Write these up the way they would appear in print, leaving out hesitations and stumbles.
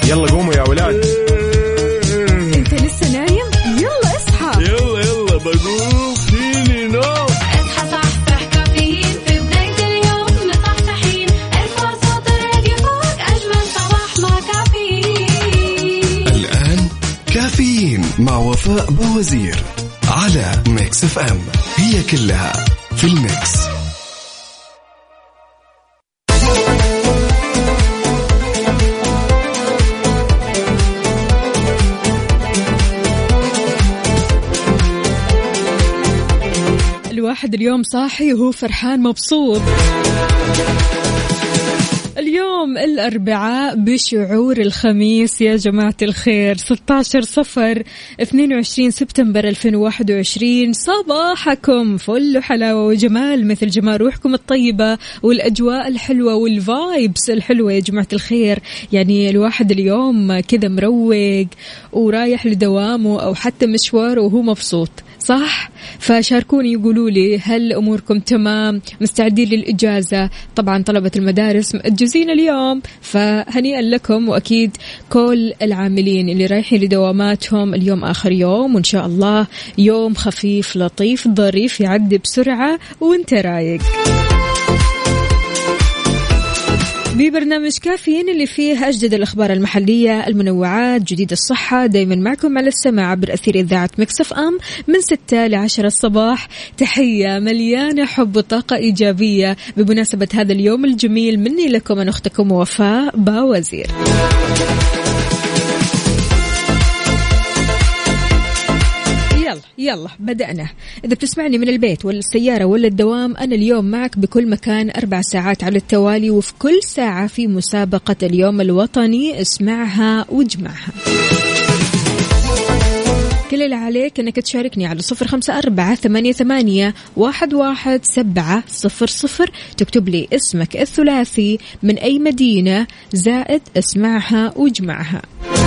يلا قوموا يا ولاد. انت لسه نايم؟ يلا اصحى. يلا بقوم فيني نوم. اصحى صحصح كافيين في بداية اليوم مصحصحين. ارفع صوت الراديو فوق أجمل صباح مع كافيين. الآن كافيين مع وفاء بوزير على ميكس اف ام. هي كلها في الميكس. الواحد اليوم صاحي وهو فرحان مبسوط. اليوم الأربعاء بشعور الخميس يا جماعة الخير، 16/0/22 سبتمبر 2021. صباحكم فل وحلاوة وجمال مثل جمال روحكم الطيبة والأجواء الحلوة والفايبس الحلوة يا جماعة الخير. يعني الواحد اليوم كذا مروق ورايح لدوامه أو حتى مشواره وهو مبسوط، صح؟ فشاركوني يقولوا لي هل أموركم تمام؟ مستعدين للإجازة؟ طبعا طلبة المدارس مأجزين اليوم، فهنيئا لكم. وأكيد كل العاملين اللي رايحين لدواماتهم اليوم آخر يوم، وإن شاء الله يوم خفيف لطيف ظريف يعدي بسرعة وانت رايق. ببرنامج كافيين اللي فيه أجدد الأخبار المحلية، المنوعات، جديد الصحة، دايما معكم على السماع عبر أثير إذاعة ميكس اف ام من 6 ل 10 الصباح. تحية مليانة حب وطاقة إيجابية بمناسبة هذا اليوم الجميل مني لكم أن أختكم وفاء باوزير. يلا بدأنا. إذا بتسمعني من البيت ولا السيارة ولا الدوام، أنا اليوم معك بكل مكان 4 ساعات على التوالي، وفي كل ساعة في مسابقة اليوم الوطني اسمعها واجمعها. كل اللي عليك أنك تشاركني على 0548811700. تكتب لي اسمك الثلاثي من أي مدينة زائد اسمعها واجمعها.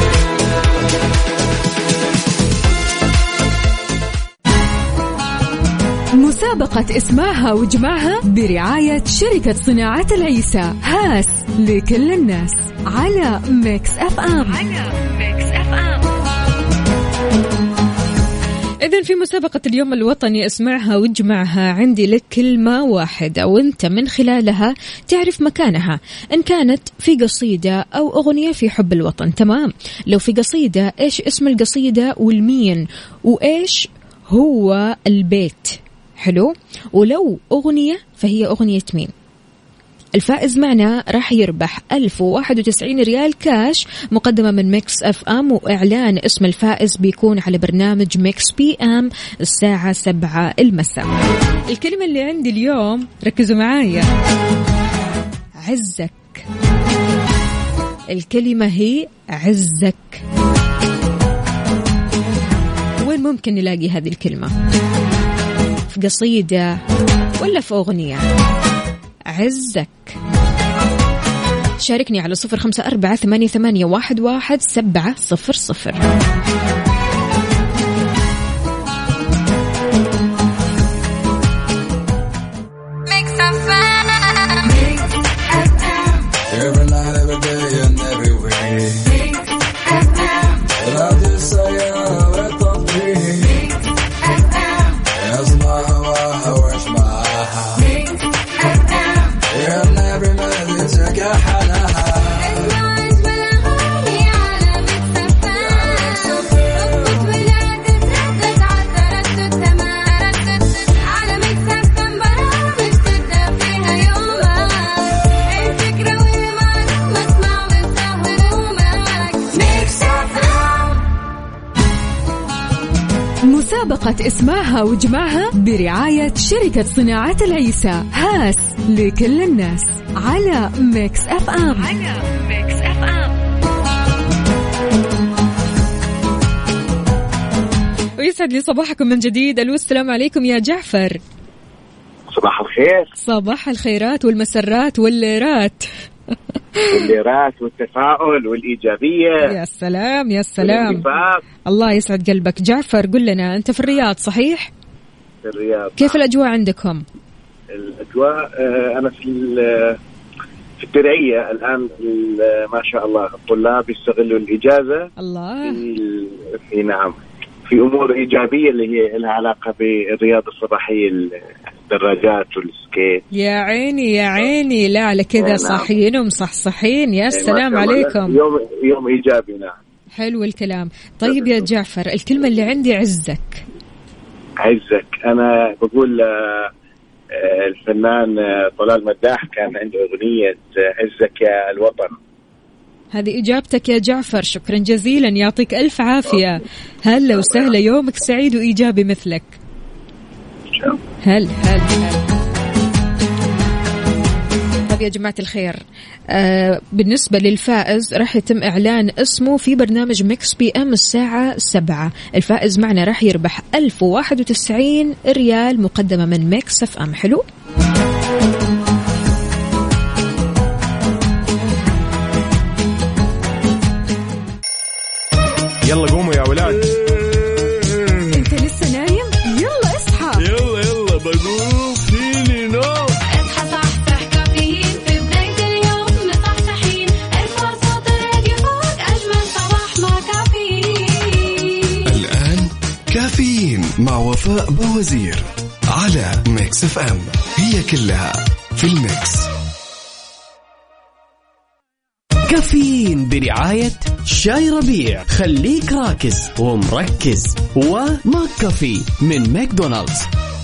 مسابقة اسمعها وجمعها برعاية شركة صناعة العيسى، هاس لكل الناس على ميكس اف ام. إذن في مسابقة اليوم الوطني اسمعها وجمعها عندي لك كلمة واحدة، وانت من خلالها تعرف مكانها، إن كانت في قصيدة أو أغنية في حب الوطن. تمام؟ لو في قصيدة إيش اسم القصيدة والمين وإيش هو البيت. حلو. ولو أغنية فهي أغنية مين. الفائز معنا راح يربح 1091 ريال كاش مقدمة من ميكس اف ام، وإعلان اسم الفائز بيكون على برنامج ميكس بي ام الساعة 7 المساء. الكلمة اللي عندي اليوم ركزوا معايا، عزك. الكلمة هي عزك. وين ممكن نلاقي هذه الكلمة؟ في قصيدة ولا في أغنية؟ عزك. شاركني على 0548811700. مسابقة اسمعها وجمعها برعاية شركة صناعة العيسى، هاس لكل الناس على ميكس اف ام. ويسعد لي صباحكم من جديد. الو السلام عليكم يا جعفر. صباح الخير. صباح الخيرات والمسرات والليرات. الليرات والتفاؤل والإيجابية. يا سلام يا سلام. الله يسعد قلبك. جعفر قل لنا، أنت في الرياض صحيح؟ في الرياض. كيف الأجواء عندكم؟ الأجواء أنا في في الدرعية الآن ما شاء الله الطلاب يستغلوا الإجازة الله. في نعم في أمور إيجابية اللي هي لها علاقة بالرياضة الصباحية، الدراجات والسكيت. يا عيني يا عيني، لا على كذا صاحيين ومصحصحين. يا سلام عليكم، يوم إيجابي. نعم حلو الكلام. طيب يا جعفر، الكلمة اللي عندي عزك. عزك، أنا بقول الفنان طلال مداح كان عنده أغنية عزك يا الوطن. هذه إجابتك يا جعفر، شكرا جزيلا، يعطيك ألف عافية. هلا وسهلا، يومك سعيد وإيجابي مثلك. هل طيب يا جماعة الخير، بالنسبة للفائز راح يتم إعلان اسمه في برنامج ميكس بي ام الساعة 7. الفائز معنا راح يربح 1091 ريال مقدمة من ميكس اف ام. حلو. يلا قوموا يا ولاد. انت لسه نايم؟ يلا اصحى. يلا بقوم فيني نوم. اصحى صحصح كافيين في بداية اليوم مصحصحين، ارفع صوت الراديو فوق أجمل صباح مع كافيين. الآن كافيين مع وفاء بوزير على ميكس اف ام، هي كلها في الميكس. كافيين برعاية شاي ربيع، خليك راكز ومركز، وماك كافي من ماكدونالدز.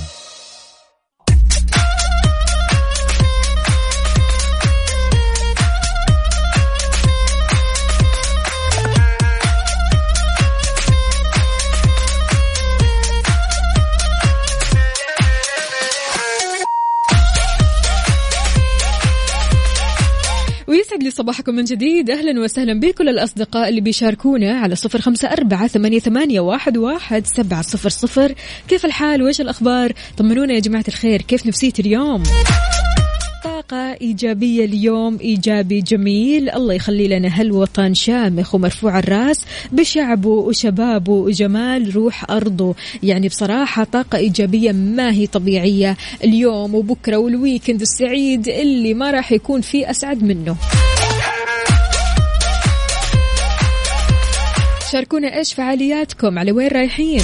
ويسعد لي صباحكم من جديد. أهلا وسهلا بكل الأصدقاء اللي بيشاركونا على 0548811700. كيف الحال وإيش الأخبار؟ طمنونا يا جماعة الخير، كيف نفسيتي اليوم؟ طاقة إيجابية اليوم، إيجابي جميل. الله يخلي لنا هالوطن شامخ ومرفوع الرأس بشعبه وشبابه وجمال روح أرضه. يعني بصراحة طاقة إيجابية ما هي طبيعية اليوم وبكرة والويكند السعيد اللي ما راح يكون فيه أسعد منه. شاركونا إيش فعالياتكم، على وين رايحين؟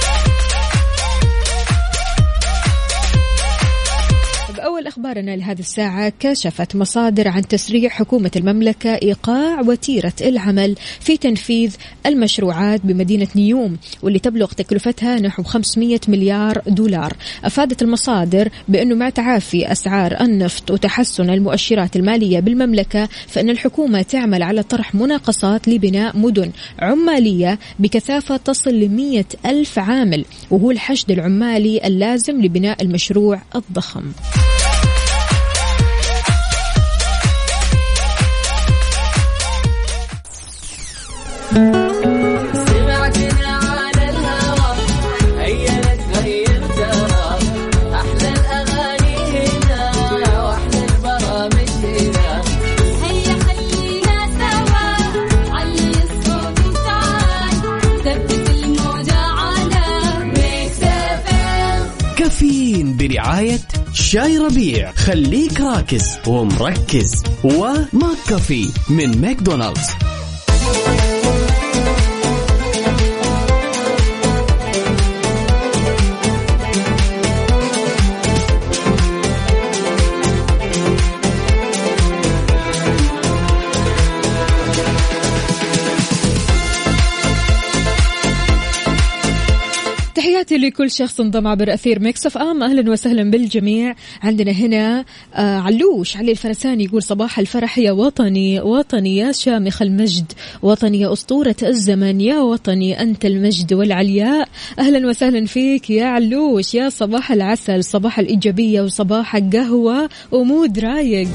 أول أخبارنا لهذه الساعة، كشفت مصادر عن تسريع حكومة المملكة إيقاع وتيرة العمل في تنفيذ المشروعات بمدينة نيوم واللي تبلغ تكلفتها نحو 500 مليار دولار. أفادت المصادر بأنه مع تعافي أسعار النفط وتحسن المؤشرات المالية بالمملكة، فإن الحكومة تعمل على طرح مناقصات لبناء مدن عمالية بكثافة تصل ل100 ألف عامل، وهو الحشد العمالي اللازم لبناء المشروع الضخم. سمعتنا على الهوى، هيا نتغير ترى، أحلى الأغاني هنا وأحلى البرامج هنا، هيا خلينا سوا علي الصوت وتعال، ثبت الموجة على ميكس اف ام. كافيين برعاية شاي ربيع، خليك راكز ومركز، وماك كافي من ماكدونالدز. تحياتي لكل شخص انضم عبر أثير ميكس اف ام، أهلا وسهلا بالجميع. عندنا هنا علوش علي الفرساني يقول صباح الفرح يا وطني، وطني يا شامخ المجد، وطني يا أسطورة الزمن، يا وطني أنت المجد والعلياء. أهلا وسهلا فيك يا علوش، يا صباح العسل، صباح الإيجابية وصباح القهوة ومود رايق.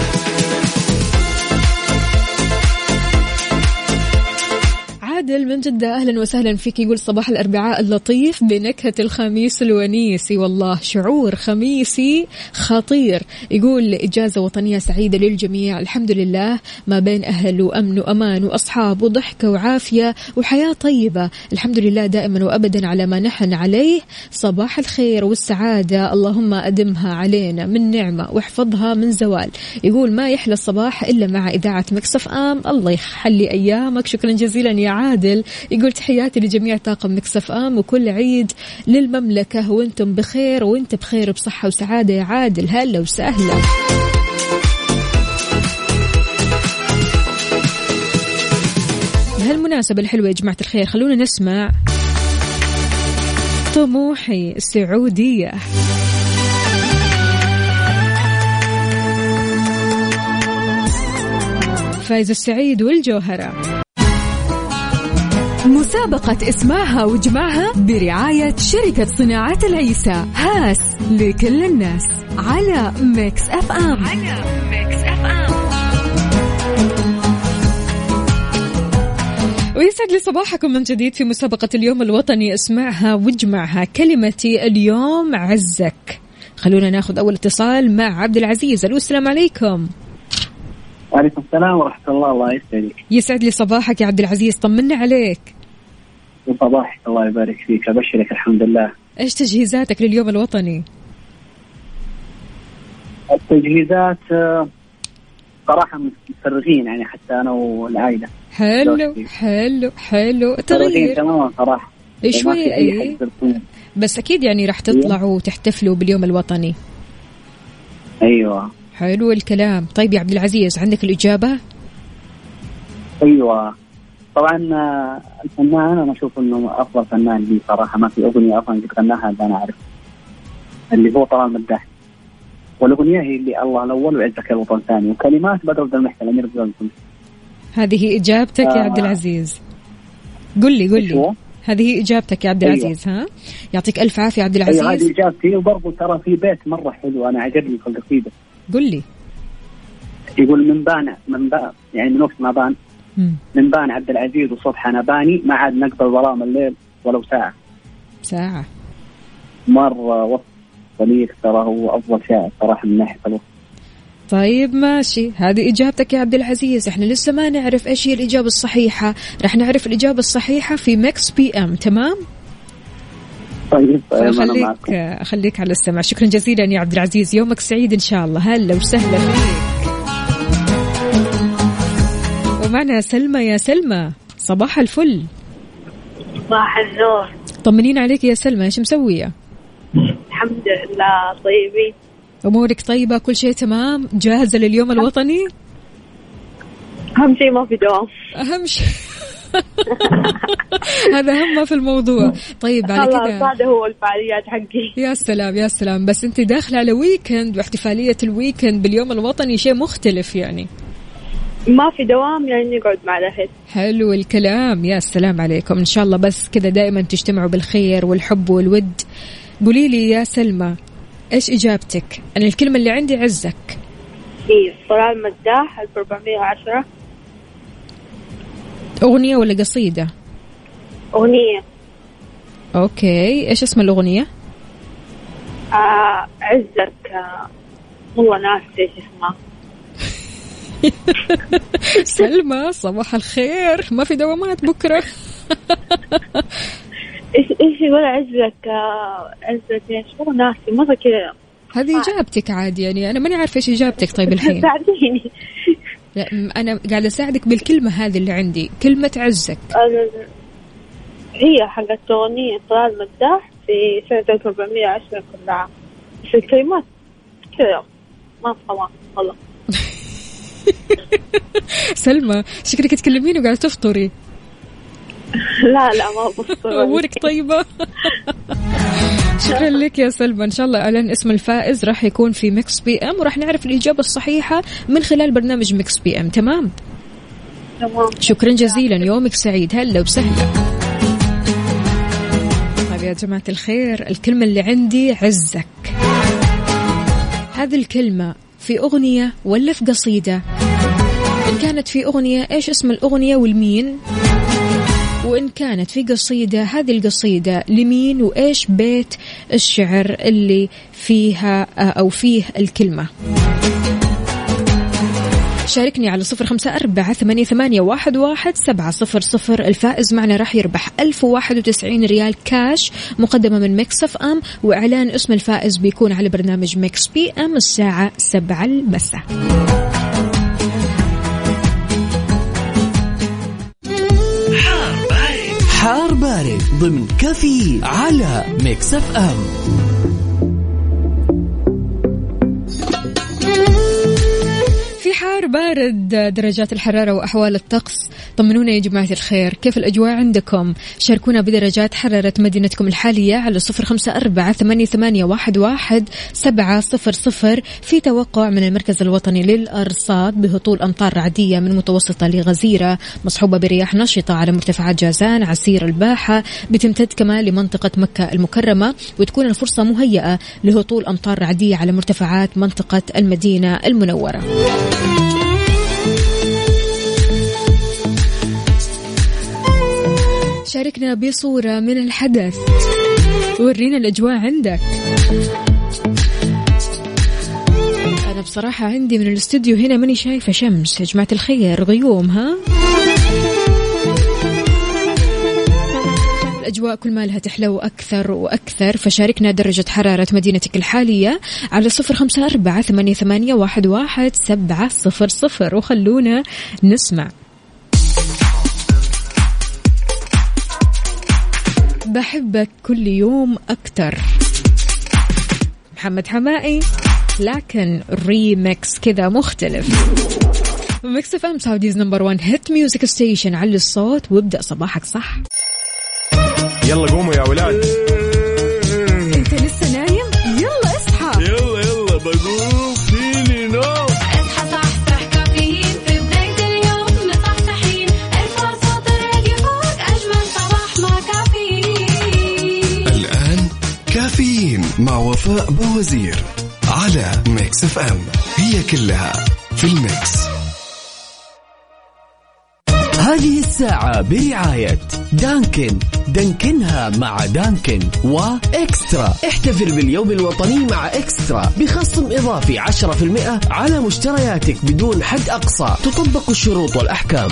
عادل من جدة جدة أهلا وسهلا فيك. يقول صباح الأربعاء اللطيف بنكهة الخميس الونيسي، والله شعور خميسي خطير. يقول إجازة وطنية سعيدة للجميع الحمد لله، ما بين أهل وأمن وأمان وأصحاب وضحكة وعافية وحياة طيبة الحمد لله دائما وأبدا على ما نحن عليه. صباح الخير والسعادة اللهم أدمها علينا من نعمة واحفظها من زوال. يقول ما يحلى الصباح إلا مع إذاعة ميكس اف ام، الله يخلي أيامك. شكرا جزيلا يا عادل. يقول تحياتي لجميع طاقم ميكس اف ام وكل عيد للمملكة وانتم بخير وانت بخير بصحة وسعادة يا عادل. هلا وسهلا. بهالمناسبة الحلوة يا جماعة الخير خلونا نسمع طموحي السعودية. فايز السعيد والجوهرة. مسابقة اسمعها وجمعها برعاية شركة صناعة العيسى هاس لكل الناس على ميكس اف ام. ويسعد لي صباحكم من جديد في مسابقة اليوم الوطني اسمعها وجمعها. كلمتي اليوم عزك. خلونا ناخذ أول اتصال مع عبد العزيز. السلام عليكم. وعليكم السلام ورحمة الله. الله يسعدك. يسعد لي صباحك يا عبد العزيز، طمنا عليك. وصباحك الله يبارك فيك، أبشرك الحمد لله. إيش تجهيزاتك لليوم الوطني؟ التجهيزات صراحة متفرغين يعني حتى أنا والعائلة. حلو حلو حلو. تغيير تماما صراحة. شوي إيه بس أكيد يعني راح تطلعوا وتحتفلوا باليوم الوطني. أيوة حلو الكلام. طيب يا عبد العزيز عندك الإجابة؟ أيوة طبعا. الفنان أنا أشوف إنه أفضل فنان لي صراحة، ما في أغنية أصلا قد غناها اللي أنا أعرف، اللي هو طلال مداح. والأغنية هي اللي الله الأول وعزك الوطن ثاني، وكلمات بدر بن المحتل أمير بن. هذه إجابتك يا عبد العزيز؟ قل لي هذه إجابتك يا عبد العزيز؟ ها يعطيك ألف عافية عبد العزيز. أيوة هذه إجابتي. وبرضو ترى في بيت مرة حلو أنا عجبني في القصيدة. قل لي. يقول من بان يعني من وقت ما بان من بان عبد العزيز وصبحنا باني ما عاد نقبل ظلام الليل ولو ساعة. مرة وصف وليك ترى هو أفضل شاعر صراحة من ناحية الوصف. طيب ماشي، هذه إجابتك يا عبد العزيز. احنا لسه ما نعرف ايش هي الإجابة الصحيحة، رح نعرف الإجابة الصحيحة في ميكس بي ام. تمام. طيب خليك على السمع. شكرا جزيلا يا عبد العزيز، يومك سعيد إن شاء الله. هلا وسهلا فيك. ومعنا سلمى. يا سلمى صباح الفل. صباح النور. طمنين عليك يا سلمى، ايش مسوية؟ الحمد لله طيبين. أمورك طيبة؟ كل شيء تمام؟ جاهزة لليوم الوطني؟ أهم شيء ما في دوام. أهم شيء هذا هم في الموضوع. طيب على كذا هذا هو الفعاليات حقي. يا سلام يا سلام. بس أنت داخلة على ويكند، واحتفالية الويكند باليوم الوطني شيء مختلف يعني. ما في دوام يعني نقعد مع الأهل. حلو الكلام. يا سلام عليكم. إن شاء الله بس كذا دائما تجتمعوا بالخير والحب والود. قولي لي يا سلمى إيش إجابتك؟ أنا الكلمة اللي عندي عزك. إيه طلال مداح 1410. أغنية ولا قصيدة؟ أغنية. أوكي إيش اسم الأغنية؟ عزك. والله ناسي إيش اسمها. سلمى صباح الخير، ما في دوامات بكرة. إيش يقول عزك إيش هو ناسي مرة كذا. هذه إجابتك عادي يعني، أنا ماني عارفة إيش إجابتك. طيب الحين ساعديني. لا أنا قاعدة أساعدك بالكلمة هذه اللي عندي، كلمة عزك. هي حقت أغنية طلال مداح في سنة 1410 كل عام، بس الكلمات كذا ما فهمها والله. سلمى شكلك تكلمين وقاعدة تفطري. لا ما بفطر. أمورك طيبة. شكرا لك يا سلمى. إن شاء الله أعلن اسم الفائز راح يكون في ميكس بي ام، وراح نعرف الإجابة الصحيحة من خلال برنامج ميكس بي ام. تمام. شكرا جزيلا، يومك سعيد. هلا وسهلا. طيب يا جماعة الخير، الكلمة اللي عندي عزك. هذه الكلمة في أغنية ولا في قصيدة؟ إن كانت في أغنية إيش اسم الأغنية والمين؟ وإن كانت في قصيدة هذه القصيدة لمين وإيش بيت الشعر اللي فيها أو فيه الكلمة. شاركني على 0548811700. الفائز معنا راح يربح 1091 ريال كاش مقدمة من ميكس اف ام، وإعلان اسم الفائز بيكون على برنامج ميكس بي ام الساعة 7 المساء. حار بارد ضمن كافيين على ميكس اف ام. في حار بارد درجات الحرارة وأحوال الطقس، طمنونا يا جماعة الخير كيف الأجواء عندكم؟ شاركونا بدرجات حرارة مدينتكم الحالية على 0548811700. في توقع من المركز الوطني للأرصاد بهطول أمطار رعدية من متوسطة لغزيرة مصحوبة برياح نشطة على مرتفعات جازان عسير الباحة، بتمتد كمان لمنطقة مكة المكرمة، وتكون الفرصة مهيئة لهطول أمطار رعدية على مرتفعات منطقة المدينة المنورة. شاركنا بصورة من الحدث، ورينا الأجواء عندك. أنا بصراحة عندي من الاستوديو هنا ماني شايفة شمس يا جماعة الخير، غيوم. ها الأجواء كل ما لها تحلو أكثر وأكثر، فشاركنا درجة حرارة مدينتك الحالية على 0548811700 وخلونا نسمع. بحبك كل يوم أكتر، محمد حمائي، لكن ريمكس كذا مختلف. ميكس اف ام سعوديز نمبر 1 هيت ميوزك ستيشن. علي الصوت وابدأ صباحك صح. يلا قوموا يا ولاد. انت لسه نايم؟ يلا اصحى. يلا بقوم فيني نوم. اصحى صحصح كافيين في بداية اليوم مصحصحين، ارفع صوت الراديو فوق أجمل صباح مع كافيين. الآن كافيين مع وفاء بوزير على ميكس اف ام، هي كلها في الميكس. هذه الساعة برعاية دانكن، دانكنها مع دانكن، وإكسترا. احتفل باليوم الوطني مع إكسترا بخصم إضافي 10% على مشترياتك بدون حد أقصى، تطبق الشروط والأحكام.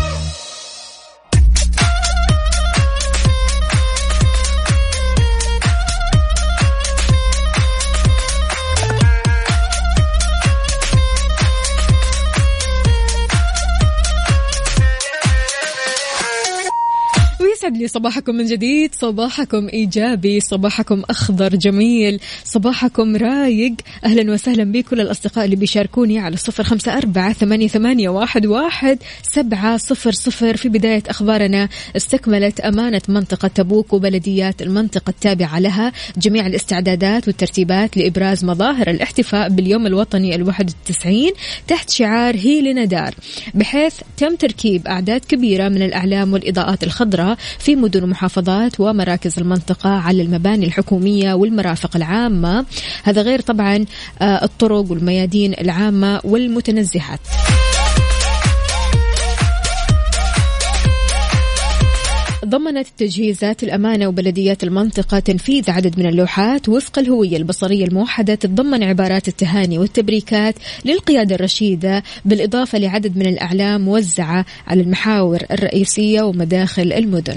يسعد لي صباحكم من جديد، صباحكم إيجابي، صباحكم أخضر جميل، صباحكم رايق. أهلا وسهلا بكل الأصدقاء اللي بيشاركوني على 0548811700. في بداية أخبارنا، استكملت أمانة منطقة تبوك وبلديات المنطقة التابعة لها جميع الاستعدادات والترتيبات لإبراز مظاهر الاحتفاء باليوم الوطني 91 تحت شعار هي لنا دار، بحيث تم تركيب أعداد كبيرة من الأعلام والإضاءات الخضراء في مدن ومحافظات ومراكز المنطقة على المباني الحكومية والمرافق العامة، هذا غير طبعا الطرق والميادين العامة والمتنزهات. ضمنت تجهيزات الأمانة وبلديات المنطقة تنفيذ عدد من اللوحات وفق الهوية البصرية الموحدة تتضمن عبارات التهاني والتبريكات للقيادة الرشيدة، بالإضافة لعدد من الأعلام موزعة على المحاور الرئيسية ومداخل المدن.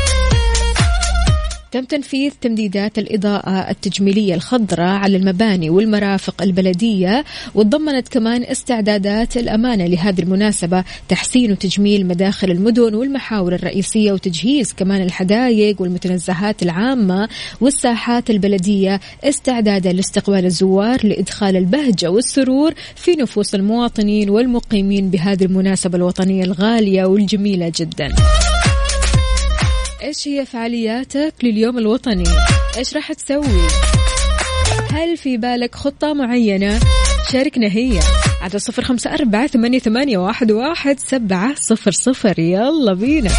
تم تنفيذ تمديدات الإضاءة التجميلية الخضراء على المباني والمرافق البلدية، وتضمنت كمان استعدادات الأمانة لهذه المناسبة تحسين وتجميل مداخل المدن والمحاور الرئيسية، وتجهيز كمان الحدائق والمتنزهات العامة والساحات البلدية استعدادا لاستقبال الزوار لإدخال البهجة والسرور في نفوس المواطنين والمقيمين بهذه المناسبة الوطنية الغالية والجميلة جدا. إيش هي فعالياتك لليوم الوطني؟ إيش راح تسوي؟ هل في بالك خطة معينة؟ شاركنا هي على 0548811700. يلا بينا.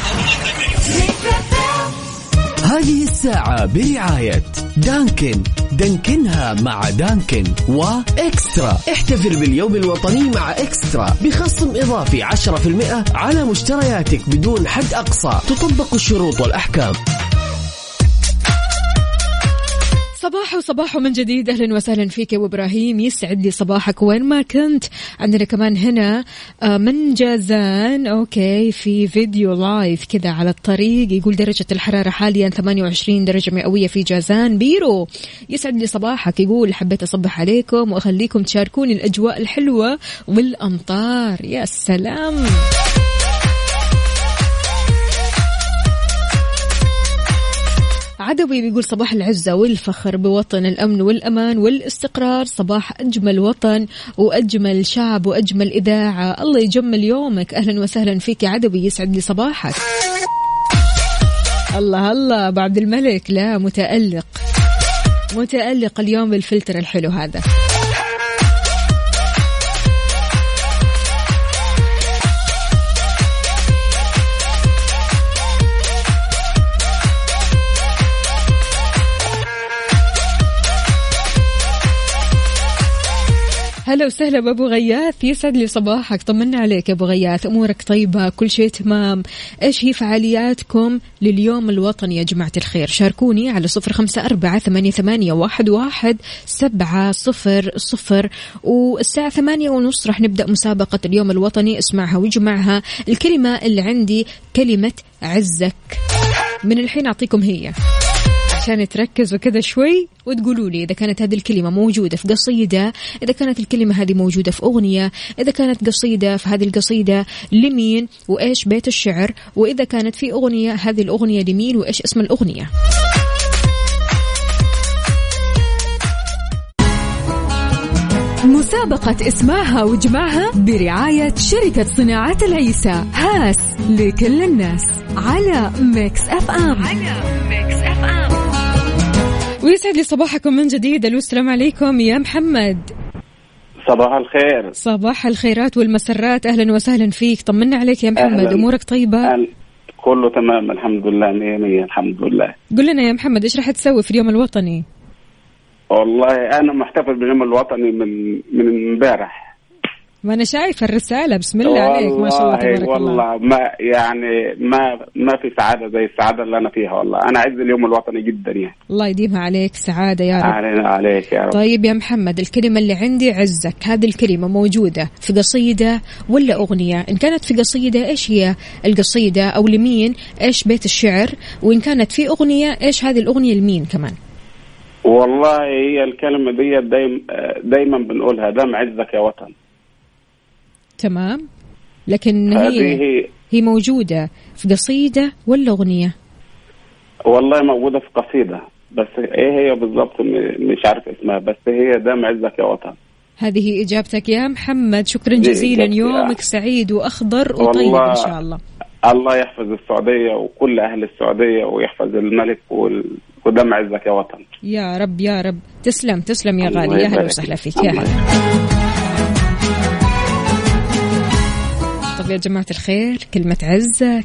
هذه الساعة برعاية دانكن، دانكنها مع دانكن. وإكسترا، احتفل باليوم الوطني مع إكسترا بخصم إضافي 10% على مشترياتك بدون حد أقصى. تطبق الشروط والأحكام. صباح من جديد، أهلا وسهلا فيك يا أبو إبراهيم، يسعد لي صباحك وين ما كنت. عندنا كمان هنا من جازان، أوكي، في فيديو لايف كذا على الطريق، يقول درجة الحرارة حاليا 28 درجة مئوية في جازان. بيرو يسعد لي صباحك، يقول حبيت أصبح عليكم وأخليكم تشاركوني الأجواء الحلوة والأمطار. يا سلام. عدوي بيقول صباح العزة والفخر بوطن الأمن والأمان والاستقرار، صباح أجمل وطن وأجمل شعب وأجمل إذاعة، الله يجمل يومك. أهلا وسهلا فيك يا عدوي، يسعد لي صباحك. الله أبو عبد الملك، لا متألق اليوم بالفلتر الحلو هذا. هلا وسهلا بأبو غياث، يسعد لي صباحك، طمنا عليك يا أبو غياث، أمورك طيبة، كل شيء تمام؟ إيش هي فعالياتكم لليوم الوطني يا جماعة الخير؟ شاركوني على 0548811700 والساعة 8:30 رح نبدأ مسابقة اليوم الوطني. اسمعها واجمعها، الكلمة اللي عندي كلمة عزك. من الحين أعطيكم هي عشان تركزوا كذا شوي وتقولوا لي إذا كانت هذه الكلمة موجودة في قصيدة، إذا كانت الكلمة هذه موجودة في أغنية، إذا كانت قصيدة في هذه القصيدة لمين وإيش بيت الشعر، وإذا كانت في أغنية هذه الأغنية لمين وإيش اسم الأغنية. مسابقة اسمعها واجمعها برعاية شركة صناعات العيسى، هاس لكل الناس، على ميكس اف ام. ويسعد لي صباحكم من جديد. السلام عليكم يا محمد. صباح الخير. صباح الخيرات والمسرات، أهلا وسهلا فيك، طمنا عليك يا محمد. أهلاً. أمورك طيبة؟ كله تمام الحمد لله، مية مية الحمد لله. قل لنا يا محمد، إيش راح تسوي في اليوم الوطني؟ والله أنا محتفل باليوم الوطني من امبارح. ما أنا شايف الرسالة، بسم الله عليك، ما شاء الله تبارك والله الله. ما يعني ما في سعادة زي السعادة اللي أنا فيها، والله أنا أعز اليوم الوطني جدا يعني. الله يديمها عليك سعادة يا رب. عليك يا رب. طيب يا محمد، الكلمة اللي عندي عزك، هذه الكلمة موجودة في قصيدة ولا أغنية؟ إن كانت في قصيدة إيش هي القصيدة أو لمين؟ إيش بيت الشعر؟ وإن كانت في أغنية إيش هذه الأغنية لمين كمان؟ والله هي الكلمة دي دايما بنقولها، دام عزك يا وطن. تمام، لكن هي موجودة في قصيدة ولا أغنية؟ والله موجودة في قصيدة، بس إيه هي بالضبط مش عارف اسمها، بس هي دام عزك يا وطن. هذه إجابتك يا محمد، شكرا جزيلا، يومك سعيد وأخضر وطيب إن شاء الله. الله يحفظ السعودية وكل أهل السعودية ويحفظ الملك ودم عزك يا وطن. يا رب يا رب. تسلم يا غالي، يا هلا وسهلا فيك يا هلا. طب يا جماعة الخير، كلمة عزك،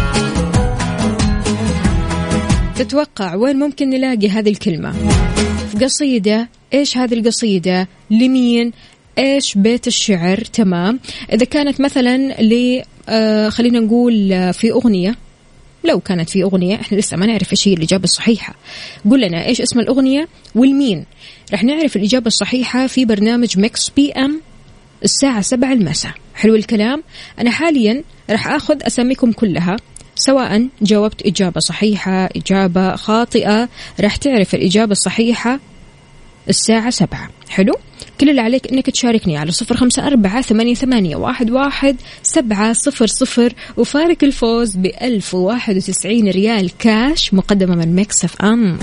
تتوقع وين ممكن نلاقي هذه الكلمة؟ في قصيدة، إيش هذه القصيدة لمين؟ إيش بيت الشعر؟ تمام. إذا كانت مثلا خلينا نقول في أغنية، لو كانت في أغنية، إحنا لسه ما نعرف إيش هي الإجابة الصحيحة، قول لنا إيش اسم الأغنية والمين. رح نعرف الإجابة الصحيحة في برنامج ميكس بي أم الساعة 7 المساء. حلو الكلام. أنا حاليا رح أخذ أساميكم كلها، سواء جاوبت إجابة صحيحة إجابة خاطئة، رح تعرف الإجابة الصحيحة الساعة 7. حلو. كل اللي عليك إنك تشاركني على 0548811700 وفارق الفوز ب1091 ريال كاش مقدمة من ميكس اف ام.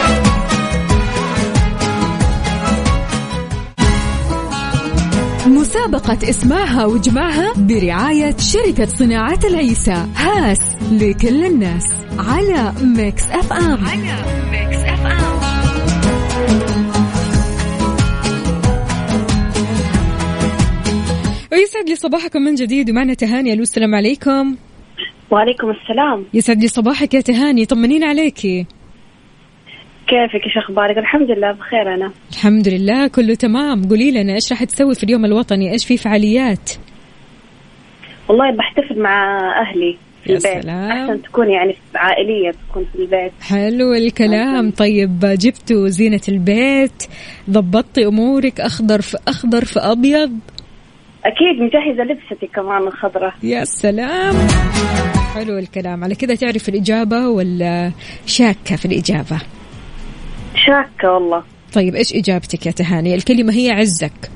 مسابقة اسمعها واجمعها برعاية شركة صناعات العيسى، هاس لكل الناس، على ميكس اف ام. ويسعد لي صباحكم من جديد، ومعنا تهاني. ألو، السلام عليكم. وعليكم السلام. يسعد لي صباحك يا تهاني، طمنين عليكي. كيفك؟ ايش اخبارك؟ الحمد لله بخير. انا الحمد لله كله تمام. قولي لنا ايش راح تسوي في اليوم الوطني؟ ايش في فعاليات؟ والله بحتفل مع اهلي في يا البيت. سلام. احسن تكون يعني عائليه، تكون في البيت. حلو الكلام. طيب جبتوا زينة البيت؟ ضبطتي امورك؟ اخضر في اخضر في ابيض؟ اكيد مجهزه لبستي كمان الخضراء. يا سلام، حلو الكلام. على كذا تعرف الإجابة ولا شاكة في الإجابة؟ شاكة والله. طيب إيش إجابتك يا تهاني؟ الكلمة هي عزك.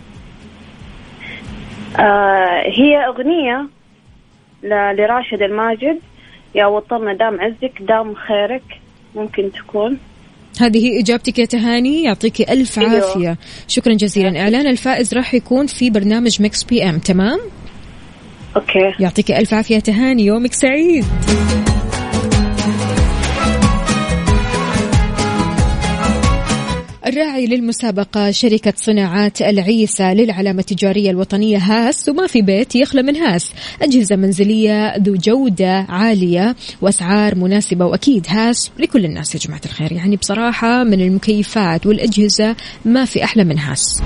هي أغنية لراشد الماجد، يا وطننا دام عزك دام خيرك. ممكن تكون هذه هي إجابتك يا تهاني. يعطيك ألف عافية. أيوه. شكرا جزيلا. إعلان الفائز راح يكون في برنامج ميكس بي ام. تمام؟ أوكي. يعطيك ألف عافية تهاني، يومك سعيد. الراعي للمسابقة شركة صناعات العيسى للعلامة التجارية الوطنية هاس، وما في بيت يخلى من هاس. أجهزة منزلية ذو جودة عالية وأسعار مناسبة، وأكيد هاس لكل الناس يا جماعة الخير. يعني بصراحة من المكيفات والأجهزة ما في أحلى من هاس.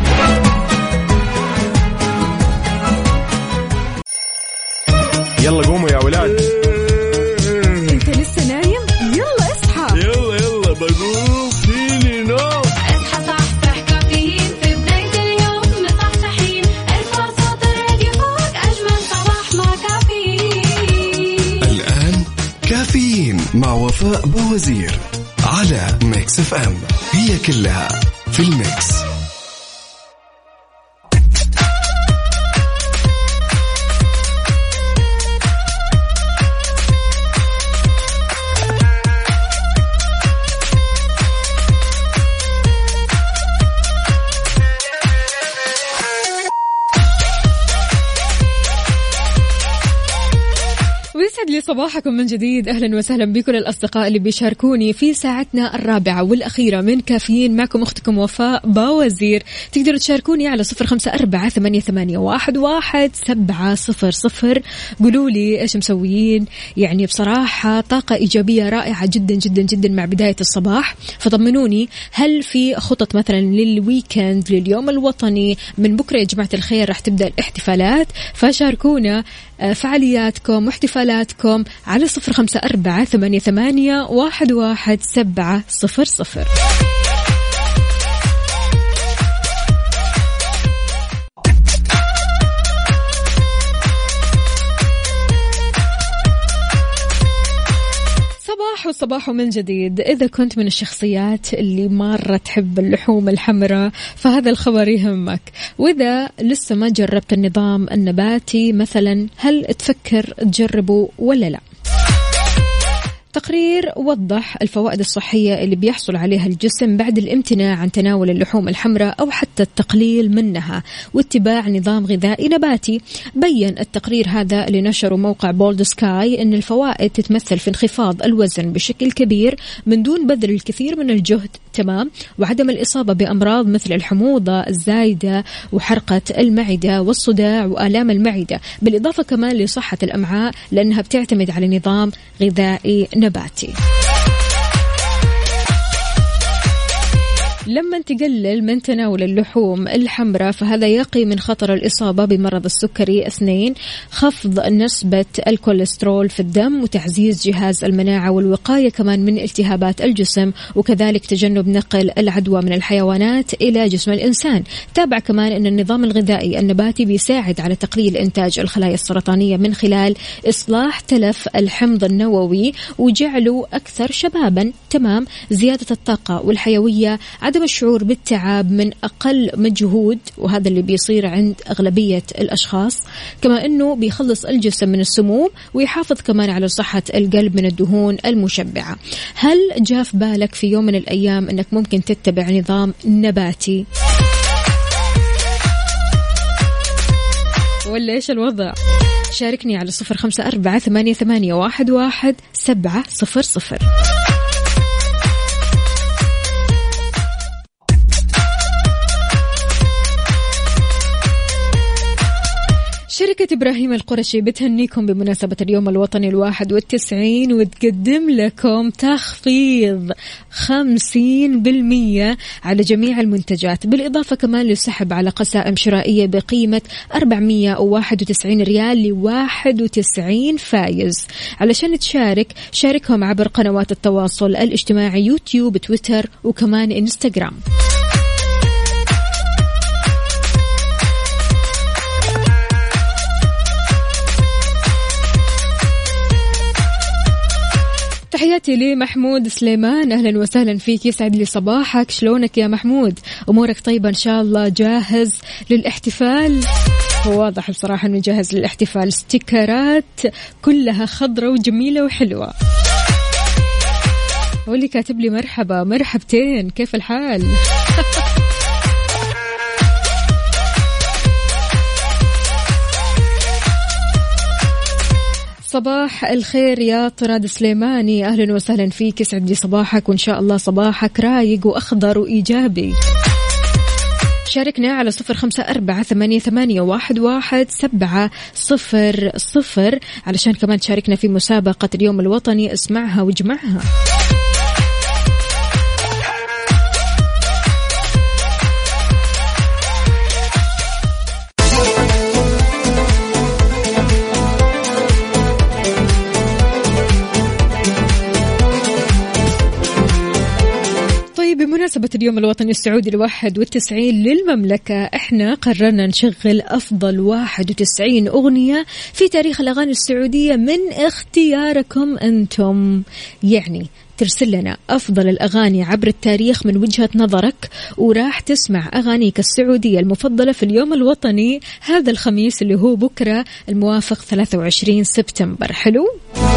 يلا قوموا يا ولاد. انت لسه نايم؟ يلا اصحى. يلا بقوم فيني نوم. اصحى صحصح كافيين في بداية اليوم مصحصحين. ارفع صوت الراديو فوق أجمل صباح مع كافيين. الآن كافيين مع وفاء بوزير على ميكس اف ام. هي كلها في الميكس. لي صباحكم من جديد. أهلا وسهلا بكل الأصدقاء اللي بيشاركوني في ساعتنا الرابعة والأخيرة من كافيين. معكم أختكم وفاء باوزير. تقدروا تشاركوني على 0548811700. قولوا لي إيش مسويين. يعني بصراحة طاقة إيجابية رائعة جدا جدا جدا مع بداية الصباح. فطمنوني، هل في خطط مثلا للويكند، لليوم الوطني؟ من بكرة يا جماعة الخير راح تبدأ الاحتفالات، فشاركونا فعالياتكم واحتفالاتكم على 0548811700. صباح من جديد. إذا كنت من الشخصيات اللي مرة تحب اللحوم الحمراء فهذا الخبر يهمك. وإذا لسه ما جربت النظام النباتي مثلا، هل تفكر تجربه ولا لا؟ تقرير وضح الفوائد الصحية اللي بيحصل عليها الجسم بعد الامتناع عن تناول اللحوم الحمراء أو حتى التقليل منها واتباع نظام غذائي نباتي. بيّن التقرير هذا اللي نشره موقع بولد سكاي أن الفوائد تتمثل في انخفاض الوزن بشكل كبير من دون بذل الكثير من الجهد، تمام، وعدم الإصابة بأمراض مثل الحموضة الزايدة وحرقة المعدة والصداع وآلام المعدة، بالإضافة كمان لصحة الأمعاء لأنها بتعتمد على نظام غذائي نباتي. لما تقلل من تناول اللحوم الحمراء فهذا يقي من خطر الإصابة بمرض السكري. 2 خفض نسبة الكوليسترول في الدم وتعزيز جهاز المناعة والوقاية كمان من التهابات الجسم، وكذلك تجنب نقل العدوى من الحيوانات إلى جسم الإنسان. تابع كمان أن النظام الغذائي النباتي بيساعد على تقليل إنتاج الخلايا السرطانية من خلال إصلاح تلف الحمض النووي وجعله أكثر شبابا، تمام، زيادة الطاقة والحيوية، عدم الشعور بالتعب من أقل مجهود، وهذا اللي بيصير عند أغلبية الأشخاص. كما أنه بيخلص الجسم من السموم ويحافظ كمان على صحة القلب من الدهون المشبعة. هل جاء في بالك في يوم من الأيام أنك ممكن تتبع نظام نباتي ولا إيش الوضع؟ شاركني على 0548811700. شركة إبراهيم القرشي بتهنيكم بمناسبة اليوم الوطني 91 وتقدم لكم تخفيض 50% على جميع المنتجات، بالإضافة كمان للسحب على قسائم شرائية بقيمة 491 ريال ل91 فايز. علشان تشارك شاركهم عبر قنوات التواصل الاجتماعي يوتيوب، تويتر، وكمان إنستغرام. تحياتي لمحمود سليمان، أهلا وسهلا فيك، يسعد لي صباحك. شلونك يا محمود؟ أمورك طيبة إن شاء الله؟ جاهز للاحتفال؟ هو واضح بصراحة أنه جاهز للاحتفال، ستيكرات كلها خضرة وجميلة وحلوة. واللي كاتب لي مرحبا مرحبتين، كيف الحال؟ صباح الخير يا طراد سليماني، أهلا وسهلا فيك، يسعد لي صباحك وإن شاء الله صباحك رايق وأخضر وإيجابي. شاركنا على 0548811700 علشان كمان تشاركنا في مسابقة اليوم الوطني اسمعها واجمعها. بمناسبة اليوم الوطني السعودي 91 للمملكة، احنا قررنا نشغل أفضل 91 أغنية في تاريخ الأغاني السعودية من اختياركم أنتم. يعني ترسل لنا أفضل الأغاني عبر التاريخ من وجهة نظرك، وراح تسمع أغانيك السعودية المفضلة في اليوم الوطني هذا الخميس اللي هو بكرة الموافق 23 سبتمبر. حلو؟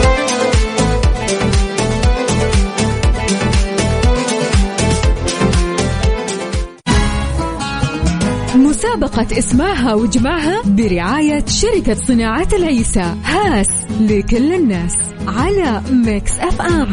مسابقة اسمعها واجمعها برعاية شركة صناعة العيسى، هاس لكل الناس، على ميكس اف ام.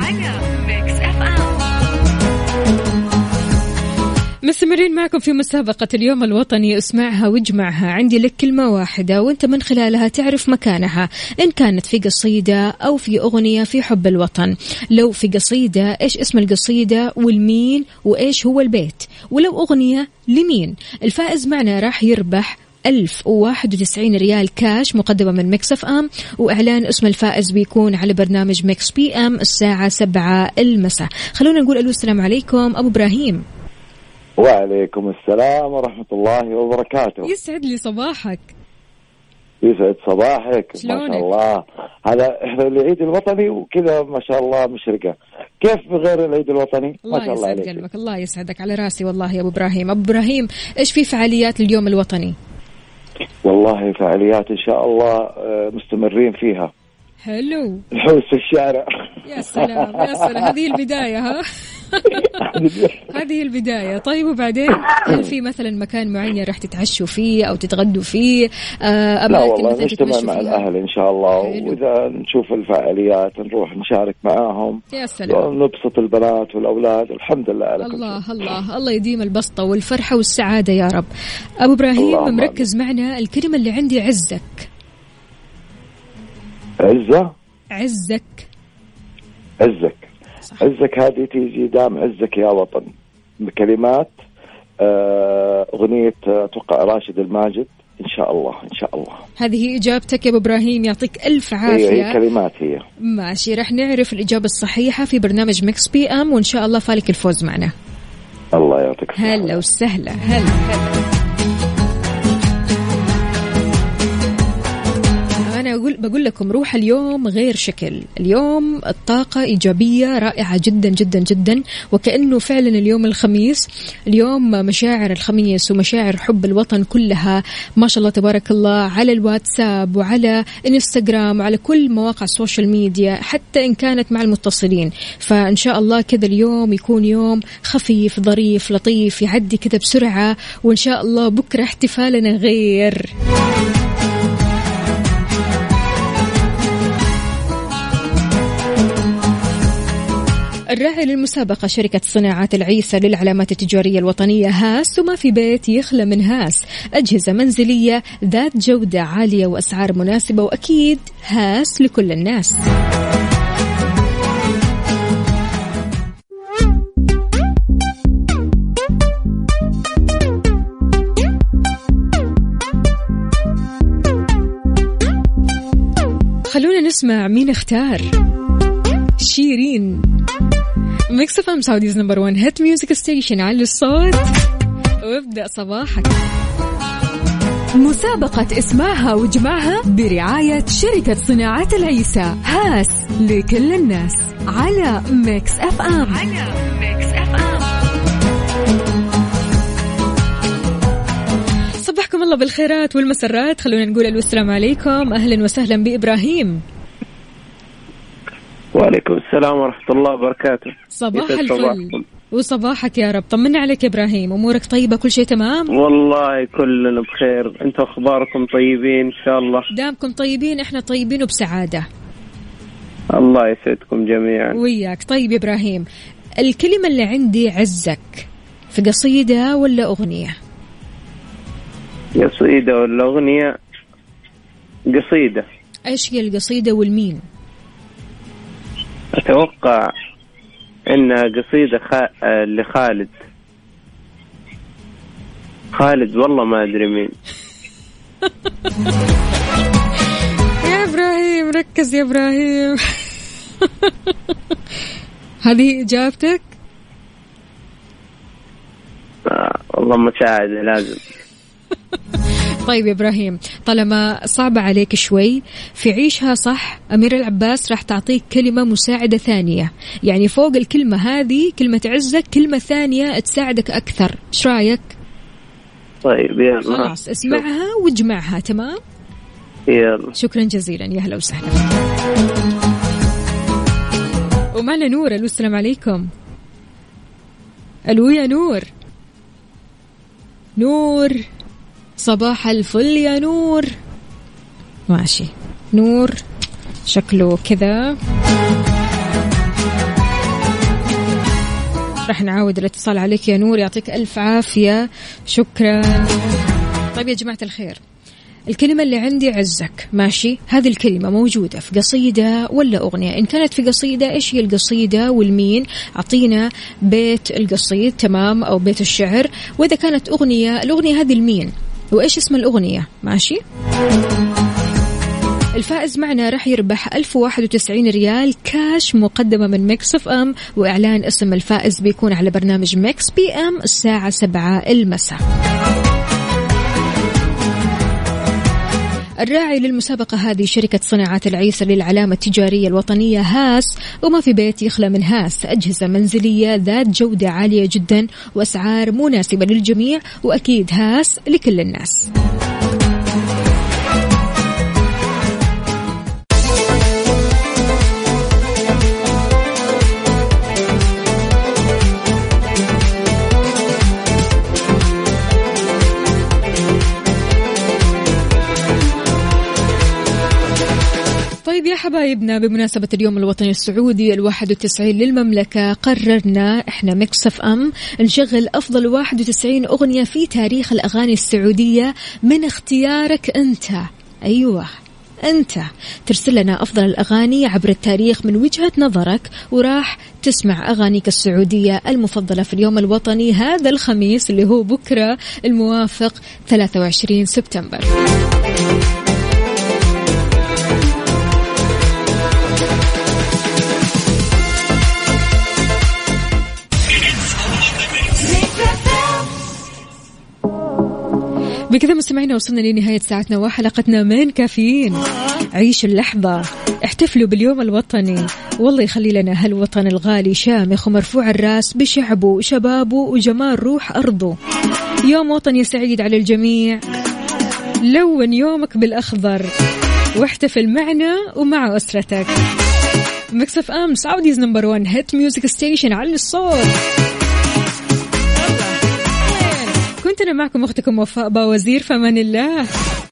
مستمرين معكم في مسابقة اليوم الوطني اسمعها واجمعها. عندي لك كلمة واحدة وانت من خلالها تعرف مكانها، إن كانت في قصيدة أو في أغنية في حب الوطن. لو في قصيدة إيش اسم القصيدة والمين وإيش هو البيت، ولو أغنية لمين. الفائز معنا راح يربح 1091 ريال كاش مقدمة من ميكس اف ام، وإعلان اسم الفائز بيكون على برنامج ميكس بي ام الساعة 7 المساء. خلونا نقول ألو، السلام عليكم أبو إبراهيم. وعليكم السلام ورحمة الله وبركاته. يسعد لي صباحك. يسعد صباحك. شلونك؟ ما شاء الله، هذا احنا العيد الوطني وكذا ما شاء الله مشرقة، كيف بغير العيد الوطني؟ ما شاء الله عليك. قلبك الله يسعدك، على راسي والله يا أبو إبراهيم. أبو إبراهيم، إيش في فعاليات لليوم الوطني؟ والله فعاليات إن شاء الله مستمرين فيها. حلو. الحوس في الشارع. يا سلام يا سلام، هذه البداية ها. هذه البداية. طيب وبعدين هل في مثلا مكان معين راح تتعشوا فيه أو تتغدوا فيه؟ لا والله نجتمع مع الأهل إن شاء الله. حلو. وإذا نشوف الفعاليات نروح نشارك معاهم. يا سلام. نبسط البنات والأولاد. الحمد لله على كل الله الله الله يديم البسطة والفرحة والسعادة يا رب. أبو إبراهيم مركز معنا، الكلمة اللي عندي عزك. عزة؟ عزك. عزك. صح. عزك هذه تيجي دام عزك يا وطن، بكلمات أغنية توقع راشد الماجد. إن شاء الله إن شاء الله. هذه إجابتك يا أبو إبراهيم، يعطيك ألف عافية. هي كلمات هي. ماشي، رح نعرف الإجابة الصحيحة في برنامج ميكس بي أم، وإن شاء الله فالك الفوز معنا. الله يعطيك الصحة. هلا وسهلا. هلا. أنا بقول لكم روح اليوم غير شكل، اليوم الطاقة إيجابية رائعة جدا جدا جدا، وكأنه فعلا اليوم الخميس، اليوم مشاعر الخميس ومشاعر حب الوطن كلها ما شاء الله تبارك الله على الواتساب وعلى انستغرام وعلى كل مواقع السوشيال ميديا، حتى إن كانت مع المتصلين. فإن شاء الله كذا اليوم يكون يوم خفيف ظريف لطيف يعدي كذا بسرعة، وإن شاء الله بكرة احتفالنا غير. الراعي للمسابقة شركة صناعات العيسى للعلامات التجارية الوطنية هاس، وما في بيت يخلى من هاس. أجهزة منزلية ذات جودة عالية وأسعار مناسبة، وأكيد هاس لكل الناس. خلونا نسمع مين اختار. شيرين. ميكس اف ام سعوديز نمبر 1 هيت ميوزك ستيشن. على الصوت وابدأ صباحك. مسابقة اسمعها وجمعها برعاية شركة صناعات العيسى هاس لكل الناس على ميكس اف ام. صبحكم الله بالخيرات والمسرات. خلونا نقول السلام عليكم. أهلا وسهلا بإبراهيم. وعليكم السلام ورحمة الله وبركاته. صباح الفل وصباحك يا رب. طمنا عليك يا إبراهيم، أمورك طيبة؟ كل شيء تمام؟ والله كلنا بخير. أنتوا أخباركم طيبين إن شاء الله؟ دامكم طيبين إحنا طيبين وبسعادة. الله يسعدكم جميعا. وياك. طيب يا إبراهيم، الكلمة اللي عندي عزك في قصيدة ولا أغنية؟ قصيدة ولا أغنية؟ قصيدة. إيش هي القصيدة والمين؟ أتوقع إنها قصيدة لخالد. خالد والله ما أدري مين. يا إبراهيم ركز يا إبراهيم. هذه إجابتك؟ والله مساعدة لازم. طيب يا إبراهيم، طالما صعبة عليك شوي في عيشها صح، أمير العباس راح تعطيك كلمة مساعدة ثانية، يعني فوق الكلمة هذه كلمة عزك كلمة ثانية تساعدك أكثر. إيش رأيك؟ طيب يلا خلاص اسمعها واجمعها. تمام يلا. شكرا جزيلا. يا هلا وسهلا. ومعنا نور. ألو السلام عليكم. ألو يا نور. نور صباح الفل يا نور. ماشي نور شكله كذا. رح نعاود الاتصال عليك يا نور. يعطيك ألف عافية. شكرا. طيب يا جماعة الخير، الكلمة اللي عندي عزك. ماشي، هذه الكلمة موجودة في قصيدة ولا أغنية؟ إن كانت في قصيدة إيش هي القصيدة والمين؟ أعطينا بيت القصيد تمام أو بيت الشعر. وإذا كانت أغنية، الأغنية هذه المين وإيش اسم الأغنية. ماشي. الفائز معنا راح يربح 1091 ريال كاش مقدمة من ميكس اف ام، وإعلان اسم الفائز بيكون على برنامج ميكس بي ام الساعة 7 المساء. الراعي للمسابقة هذه شركة صناعات العيسى للعلامة التجارية الوطنية هاس، وما في بيت يخلى من هاس. أجهزة منزلية ذات جودة عالية جدا وأسعار مناسبة للجميع، وأكيد هاس لكل الناس. طيب يا حبايبنا، بمناسبة اليوم الوطني السعودي 91 للمملكة، قررنا احنا ميكس اف ام نشغل أفضل 91 أغنية في تاريخ الأغاني السعودية من اختيارك أنت. أيوة أنت ترسل لنا أفضل الأغاني عبر التاريخ من وجهة نظرك، وراح تسمع أغانيك السعودية المفضلة في اليوم الوطني هذا الخميس اللي هو بكرة الموافق 23 سبتمبر. بكذا مستمعينا وصلنا لنهاية ساعتنا وحلقتنا من كافيين. عيشوا اللحظة، احتفلوا باليوم الوطني، والله يخلي لنا هالوطن الغالي شامخ ومرفوع الراس بشعبه وشبابه وجمال روح أرضه. يوم وطني سعيد على الجميع. لون يومك بالأخضر واحتفل معنا ومع أسرتك. ميكس اف ام سعوديز نمبر 1 هيت ميوزك ستيشن. على الصوت. كنت أنا معكم أختكم وفاء باوزير. فمان الله.